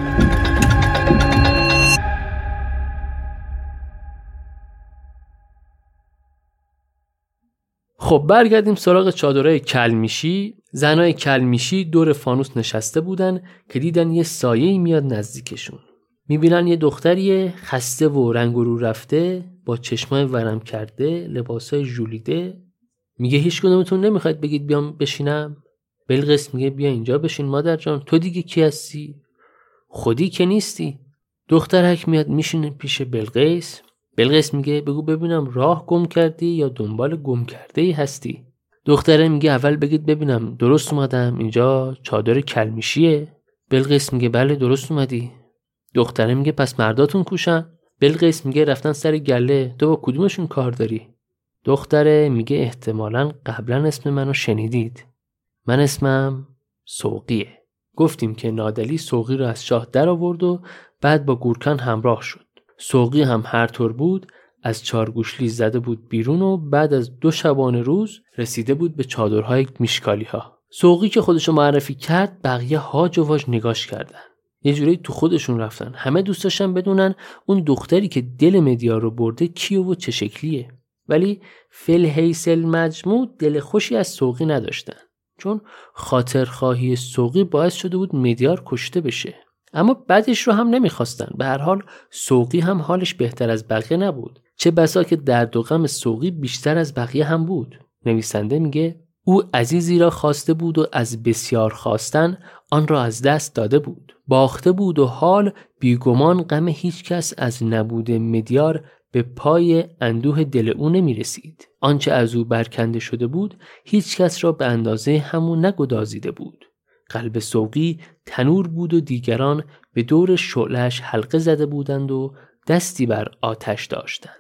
خب برگردیم سراغ چادرهای کلمیشی. زنای کلمیشی دور فانوس نشسته بودن که دیدن یه سایه‌ای میاد نزدیکشون. میبینن یه دختریه خسته و رنگ رو رفته با چشمای ورم کرده، لباسای ژولیده. میگه هیچ کدومتون نمیخواید بگید بیام بشینم؟ بلقیس میگه بیا اینجا بشین مادر جان، تو دیگه کی هستی؟ خودی که نیستی. دخترک میاد میشینه پیش بلقیس. بلقیس میگه بگو ببینم راه گم کردی یا دنبال گم کرده ای هستی؟ دختره میگه اول بگید ببینم درست اومدم، اینجا چادر کلمیشیه؟ بلقیس میگه بله درست اومدی. دختره میگه پس مرداتون کوشن؟ بلقیس میگه رفتن سر گله، تو با کدومشون کار داری؟ دختره میگه احتمالاً قبلا اسم منو شنیدید، من اسمم سوقیه. گفتیم که نادلی سوقی رو از شاه در آورد و بعد با گورکن همراه شد. سوقی هم هر طور بود از چارگوشلی زده بود بیرون و بعد از 2 شبانه روز رسیده بود به چادرهای میشکالی ها. سوقی که خودشو معرفی کرد بقیه هاج و واج نگاش کردن. یه جوری تو خودشون رفتن. همه دوست داشتن بدونن اون دختری که دل مدیار رو برده کیه و چه شکلیه. ولی فل حیثل مجموع دل خوشی از سوقی نداشتن. چون خاطرخواهی سوقی باعث شده بود مدیار کشته بشه. اما بعدش رو هم نمیخواستن. به هر حال سوقی هم حالش بهتر از بقیه نبود. چه بسا که درد و غم سوقی بیشتر از بقیه هم بود. نویسنده میگه او عزیزی را خواسته بود و از بسیار خواستن آن را از دست داده بود. باخته بود و حال بیگمان غم هیچ کس از نبود مدیار به پای اندوه دل او نمی رسید. آنچه از او برکنده شده بود هیچ کس را به اندازه همون نگدازیده بود. قلب سوقی تنور بود و دیگران به دور شعله‌اش حلقه زده بودند و دستی بر آتش داشتند.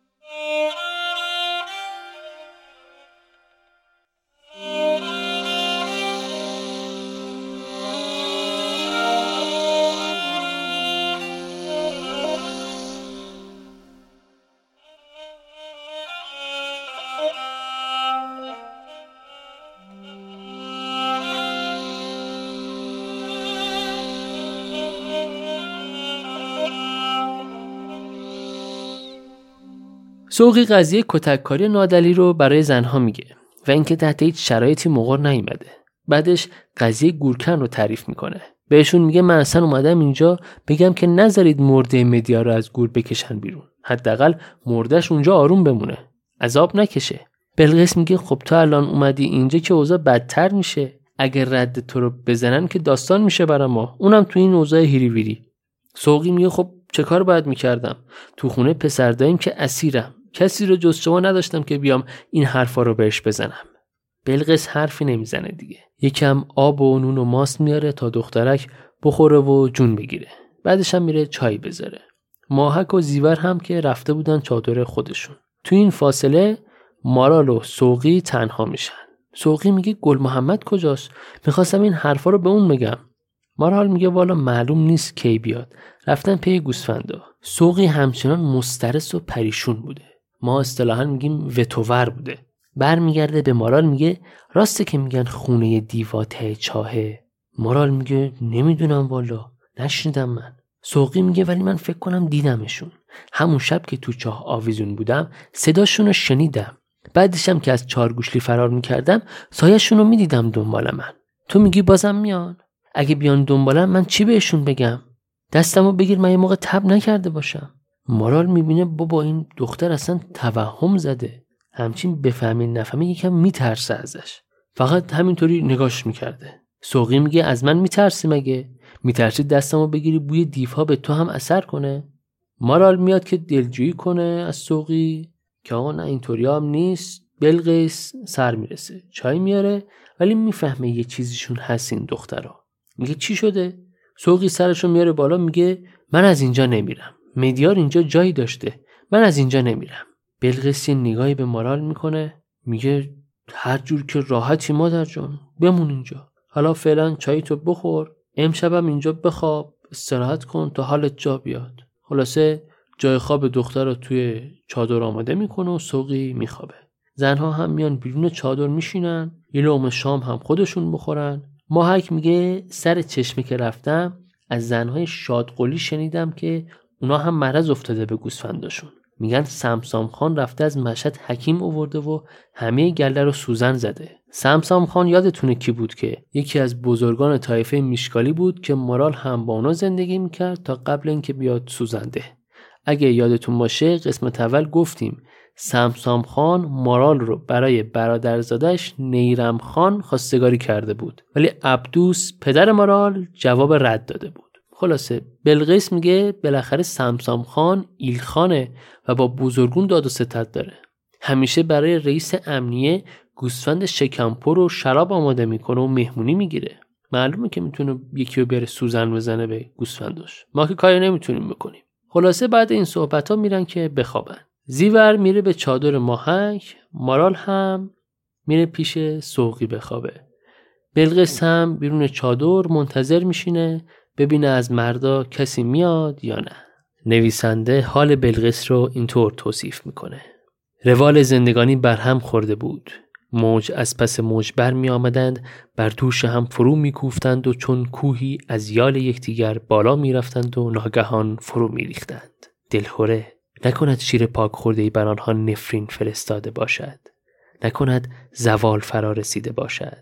سوقی قضیه کتککاری نادلی رو برای زنها میگه و اینکه تحت هیچ شرایطی مقر نیومده. بعدش قضیه گورکن رو تعریف میکنه. بهشون میگه من اصلا اومدم اینجا بگم که نذارید مرده مدیار رو از گور بکشن بیرون. حداقل مردهش اونجا آروم بمونه، عذاب نکشه. بلقیس میگه خب تو الان اومدی اینجا که اوضاع بدتر میشه. اگر رد تو رو بزنن که داستان میشه برای ما، اونم تو این اوضاع هیری ویری. سوقی میگه خب چه کار باید میکردم؟ تو خونه پسر داییم که اسیرم. کسی رو جز شما نداشتم که بیام این حرفا رو بهش بزنم. بلقیس حرفی نمیزنه دیگه. یکم آب و نون و ماست میاره تا دخترک بخوره و جون بگیره. بعدش هم میره چای بذاره. ماهک و زیور هم که رفته بودن چادر خودشون. تو این فاصله مارال و سوقی تنها میشن. سوقی میگه گل محمد کجاست؟ میخواستم این حرفا رو به اون بگم. مارال میگه والا معلوم نیست کی بیاد. رفتن پی گوسفندا. سوقی همچنان مسترس و پریشون بوده. ما اصطلاحاً میگیم وتوور بوده. برمیگرده به مارال میگه راسته که میگن خونه دیوا ته چاهه؟ مارال میگه نمیدونم والا، نشنیدم من. سوقی میگه ولی من فکر کنم دیدمشون. همون شب که تو چاه آویزون بودم صداشون رو شنیدم. بعدشم که از چارگوشلی فرار میکردم سایه‌شون رو میدیدم دنبال من. تو میگی بازم میان؟ اگه بیان دنبالم من چی بهشون بگم؟ دستمو بگیر من یه موقع تب نکرده باشم. مارال میبینه بابا این دختر اصلا توهم زده. همچین بفهمی نفهمی یکم میترسه ازش. فقط همینطوری نگاش میکرده. سوقی میگه از من میترسی مگه؟ میترسی دستمو بگیری بوی دیوها به تو هم اثر کنه؟ مارال میاد که دلجویی کنه از سوقی که آقا نه اینطوری هم نیست. بلقیس سر میرسه چای میاره ولی میفهمه یه چیزیشون هست این دخترها. میگه چی شده؟ سوقی سرشو میاره بالا میگه من از اینجا نمیرم. مدیار اینجا جایی داشته. من از اینجا نمیرم. بلقیس نگاهی به مارال میکنه میگه هر جور که راحتی مادر جان بمون اینجا. حالا فعلا چای تو بخور. امشبم اینجا بخواب. استراحت کن تا حالت جا بیاد. خلاصه جای خواب دختر رو توی چادر آماده میکنه و سوقی میخوابه. زنها هم میان بیرون چادر میشینن. یه لقمه شام هم خودشون بخورن. ماهک میگه سر چشمه که رفتم از زنهای شادقلی شنیدم که اونا هم مرض افتاده به گوسفنداشون. میگن سمسام خان رفته از مشهد حکیم آورده و همه گله رو سوزن زده. سمسام خان یادتونه کی بود که یکی از بزرگان طایفه میشکالی بود که مارال هم با اونا زندگی میکرد تا قبل اینکه بیاد سوزنده. اگه یادتون باشه قسمت اول گفتیم سمسام خان مارال رو برای برادرزادش نیرم خان خواستگاری کرده بود ولی عبدوس پدر مارال جواب رد داده بود. خلاصه بلقیس میگه بالاخره سمسام خان ایلخانه و با بزرگون داد و ستد داره. همیشه برای رئیس امنیه گوسفند شکمپر و شراب آماده میکنه و مهمونی میگیره. معلومه که میتونه یکی رو بره سوزن بزنه به گوسفندش. ما که کاری نمیتونیم بکنیم. خلاصه بعد این صحبت ها میرن که بخوابن. زیور میره به چادر ماهک. مارال هم میره پیش سوقی بخوابه. بلقیس هم بیرون چادر منتظر میشینه ببینه از مردا کسی میاد یا نه. نویسنده حال بلقیس رو اینطور توصیف میکنه: روال زندگانی برهم خورده بود. موج از پس موج بر می آمدند، بر دوش هم فرو می کوفتند و چون کوهی از یال یکدیگر بالا می رفتند و ناگهان فرو می ریختند. دلهوره نکند شیر پاک خورده‌ای بر آنها نفرین فرستاده باشد. نکند زوال فرا رسیده باشد.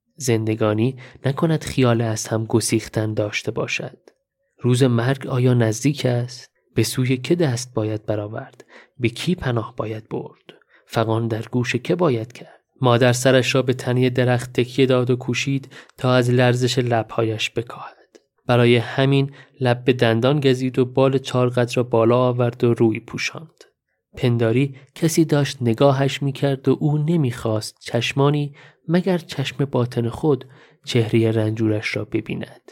زندگانی نکند خیال از هم گسیختن داشته باشد. روز مرگ آیا نزدیک است؟ به سوی که دست باید برآورد؟ به کی پناه باید برد؟ فغان در گوش که باید کرد؟ مادر سرش را به تنی درخت تکیه داد و کوشید تا از لرزش لبهایش بکاهد. برای همین لب به دندان گزید و بال چارقد را بالا آورد و روی پوشاند. پنداری کسی داشت نگاهش میکرد و او نمیخواست چشمانی مگر چشم باطن خود چهره رنجورش را ببیند.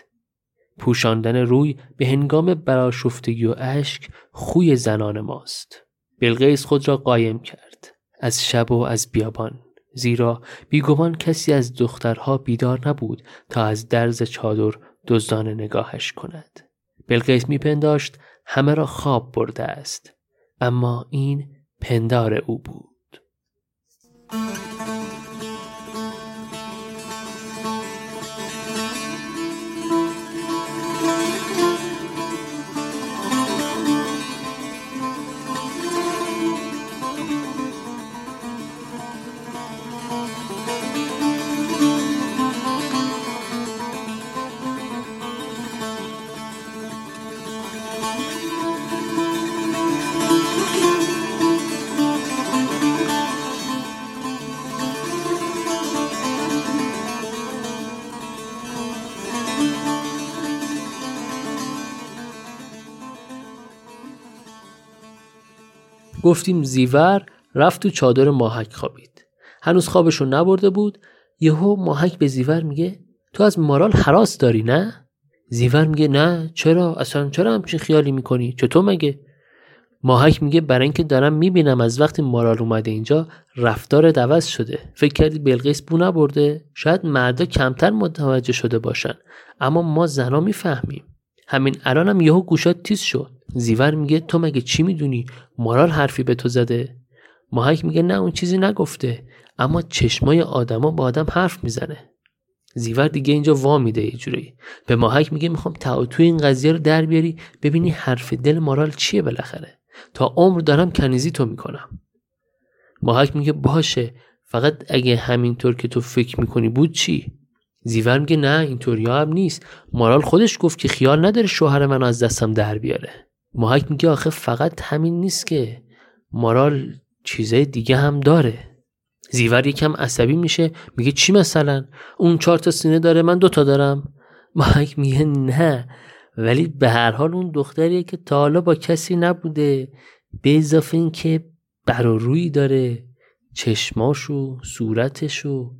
پوشاندن روی به هنگام برآشفتگی و اشک خوی زنان ماست. بلقیس خود را قایم کرد از شب و از بیابان، زیرا بیگمان کسی از دخترها بیدار نبود تا از درز چادر دزدانه نگاهش کند. بلقیس میپنداشت همه را خواب برده است، اما این پندار او بود. گفتیم زیور رفت تو چادر ماهک خوابید. هنوز خوابشو نبرده بود. یهو ماهک به زیور میگه تو از مارال هراس داری نه؟ زیور میگه نه، چرا؟ اصلا چرا همچین خیالی میکنی؟ چطور مگه؟ ماهک میگه برای اینکه دارم میبینم از وقتی مارال اومده اینجا رفتار عوض شده. فکر کردی بلقیس بو نبرده؟ شاید مردا کمتر متوجه شده باشن، اما ما زنا میفهمیم. همین الانم یهو گوشات تیز شد. زیور میگه تو مگه چی میدونی؟ مارال حرفی به تو زده؟ ماهک میگه نه، اون چیزی نگفته، اما چشمای آدما با آدم حرف میزنه. زیور دیگه اینجا وا میده یه جوری. به ماهک میگه میخوام تعاطوی این قضیه رو در بیاری، ببینی حرف دل مارال چیه بالاخره. تا عمر دارم کنیزی تو میکنم. ماهک میگه باشه، فقط اگه همینطور که تو فکر میکنی بود چی؟ زیور میگه نه، اینطوری هم نیست. مارال خودش گفت که خیال نداره شوهر من از دستم در بیاره. ماهک میگه آخه فقط همین نیست که، مارال چیزای دیگه هم داره. زیور یکم عصبی میشه، میگه چی مثلا؟ اون 4 تا سینه داره، من 2 تا دارم. ماهک میگه نه، ولی به هر حال اون دختریه که تا حالا با کسی نبوده، به اضافه این که بر و روی داره، چشماشو، صورتشو،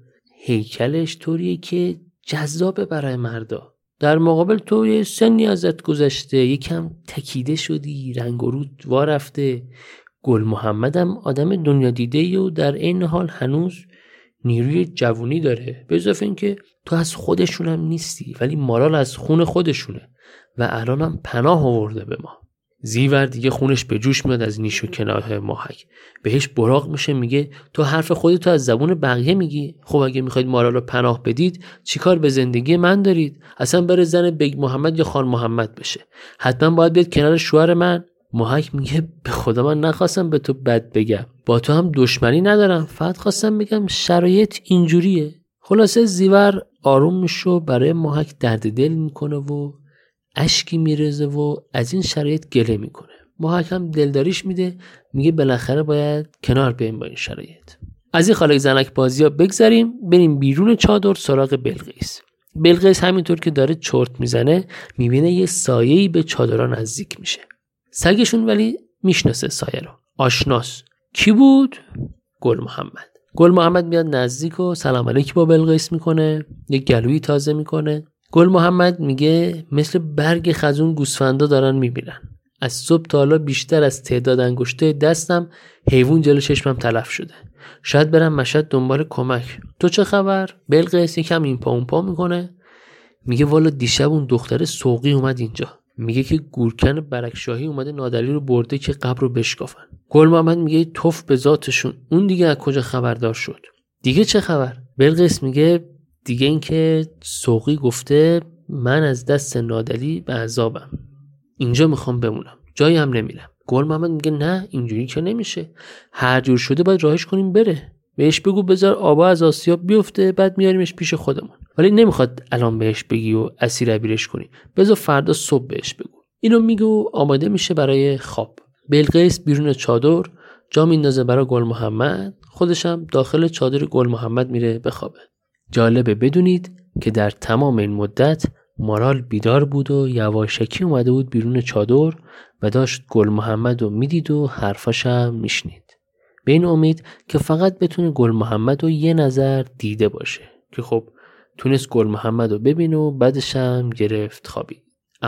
هیکلش طوریه که جذابه برای مردا. در مقابل تو یه سنی ازت گذشته، یکم تکیده شدی، رنگ و رود وا رفته. گل محمدم آدم دنیا دیده و در این حال هنوز نیروی جوونی داره. به اضافه این که تو از خودشونم نیستی، ولی مارال از خون خودشونه و الانم پناه آورده به ما. زیور دیگه خونش به جوش میاد از نیش و کنایه ماهک. بهش براق میشه، میگه تو حرف خودتو از زبون بقیه میگی. خب اگه میخواید مارال رو پناه بدید، چیکار به زندگی من دارید؟ اصلا بره زن بیگ محمد یا خان محمد بشه. حتما باید بیاد کنار شوهر من. ماهک میگه به خدا من نخواستم به تو بد بگم، با تو هم دشمنی ندارم، فقط خواستم بگم شرایط اینجوریه. خلاصه زیور آروم میشه، برای ماهک درد دل میکنه و اشکی میرزه و از این شرایط گله میکنه. ماهک هم دلداریش میده، میگه بالاخره باید کنار بیایم با این شرایط. از این خالق زنک بازی ها بگذریم، بریم بیرون چادر سراغ بلقیس. بلقیس همینطور که داره چرت میزنه، میبینه یه سایه‌ای به چادرها نزدیک میشه. سگشون ولی میشناسه سایه رو، آشناس. کی بود؟ گل محمد. گل محمد میاد نزدیک و سلام علیک با بلقیس میکنه، یه گلویی تازه میکنه. گل محمد میگه مثل برگ خزون گوسفندا دارن میمیرن. از صبح تا حالا بیشتر از تعداد انگشته دستم حیوان جلو چشمم تلف شده. شاید برم مشهد دنبال کمک. تو چه خبر؟ بلقیس یکم این پا اون پا میکنه. میگه والا دیشب اون دختر سوقی اومد اینجا. میگه که گورکن برکشاهی اومده نادری رو برده که قبر رو بشکافن. گل محمد میگه توف به ذاتشون، اون دیگه از کجا خبردار شد؟ دیگه چه خبر؟ بلقیس میگه دیگه این که سوقی گفته من از دست نادری به عذابم، اینجا میخوام بمونم، جایی هم نمیرم. گل محمد میگه نه، اینجوری که نمیشه، هر جور شده باید راهش کنیم بره. بهش بگو بذار آبا از آسیاب بیفته، بعد میاریمش پیش خودمون. ولی نمیخواد الان بهش بگی و اسیر ابیرش کنی، بذار فردا صبح بهش بگو. اینو میگه و آماده میشه برای خواب. بلقیس بیرون چادر جا میندازه برای گل محمد، خودش هم داخل چادر گل محمد میره بخوابه. جالبه بدونید که در تمام این مدت مارال بیدار بود و یواشکی اومده بود بیرون چادر و داشت گل محمد رو میدید و حرفاش هم میشنید، به این امید که فقط بتونه گل محمد رو یه نظر دیده باشه، که خب تونست گل محمد رو ببینه و بعدش هم گرفت خوابید.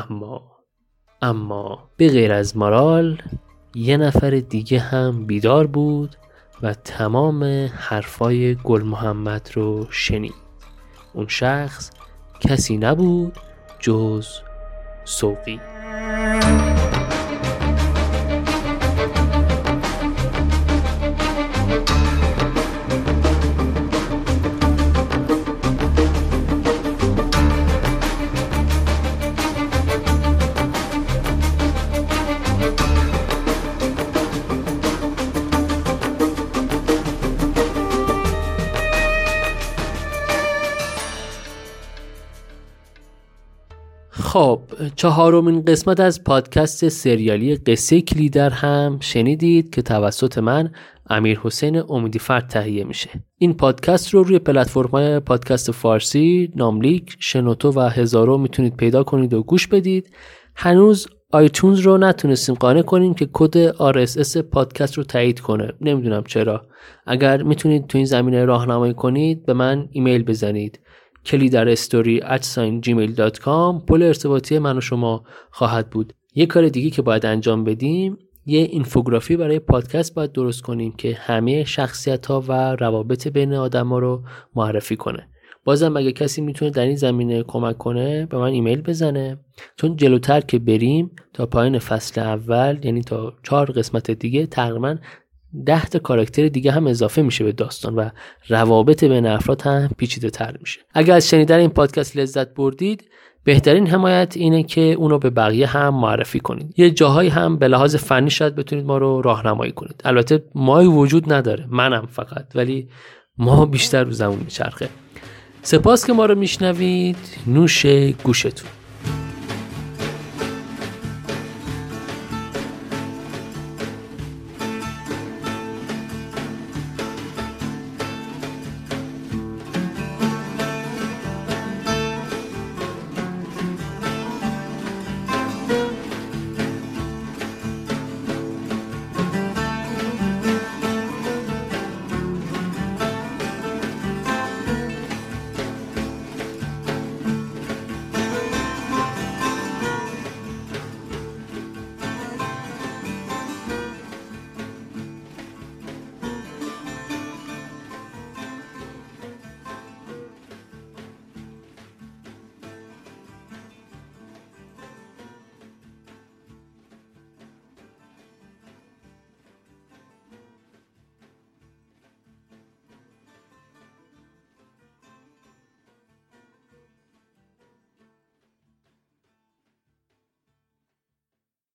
اما به غیر از مارال یه نفر دیگه هم بیدار بود و تمام حرفای گل محمد رو شنید. اون شخص کسی نبود جز سوقی. خب 4مین قسمت از پادکست سریالی قصه کلیدر هم شنیدید که توسط من امیرحسین امیدیفرد تهیه میشه. این پادکست رو روی پلتفرم‌های پادکست فارسی، ناملیک، شنوتو و هزارو میتونید پیدا کنید و گوش بدید. هنوز آیتونز رو نتونستیم قانع کنیم که کد RSS پادکست رو تایید کنه. نمیدونم چرا. اگر میتونید تو این زمینه راهنمایی کنید به من ایمیل بزنید. kilidarstory@gmail.com. پل ارتباطی من و شما خواهد بود. یه کار دیگه که باید انجام بدیم، یه اینفوگرافی برای پادکست باید درست کنیم که همه شخصیت‌ها و روابط بین آدم‌ها رو معرفی کنه. بازم اگه کسی میتونه در این زمینه کمک کنه به من ایمیل بزنه، چون جلوتر که بریم تا پایان فصل اول، یعنی تا 4 قسمت دیگه، تقریبا 10 تا کاراکتر دیگه هم اضافه میشه به داستان و روابط بین افراد هم پیچیده تر میشه. اگر از شنیدن این پادکست لذت بردید، بهترین حمایت اینه که اونو به بقیه هم معرفی کنید. یه جاهایی هم به لحاظ فنی شاید بتونید ما رو راهنمایی کنید. البته مایی وجود نداره، منم فقط، ولی ما بیشتر رو زمون میچرخه. سپاس که ما رو میشنوید. نوش گوشتون.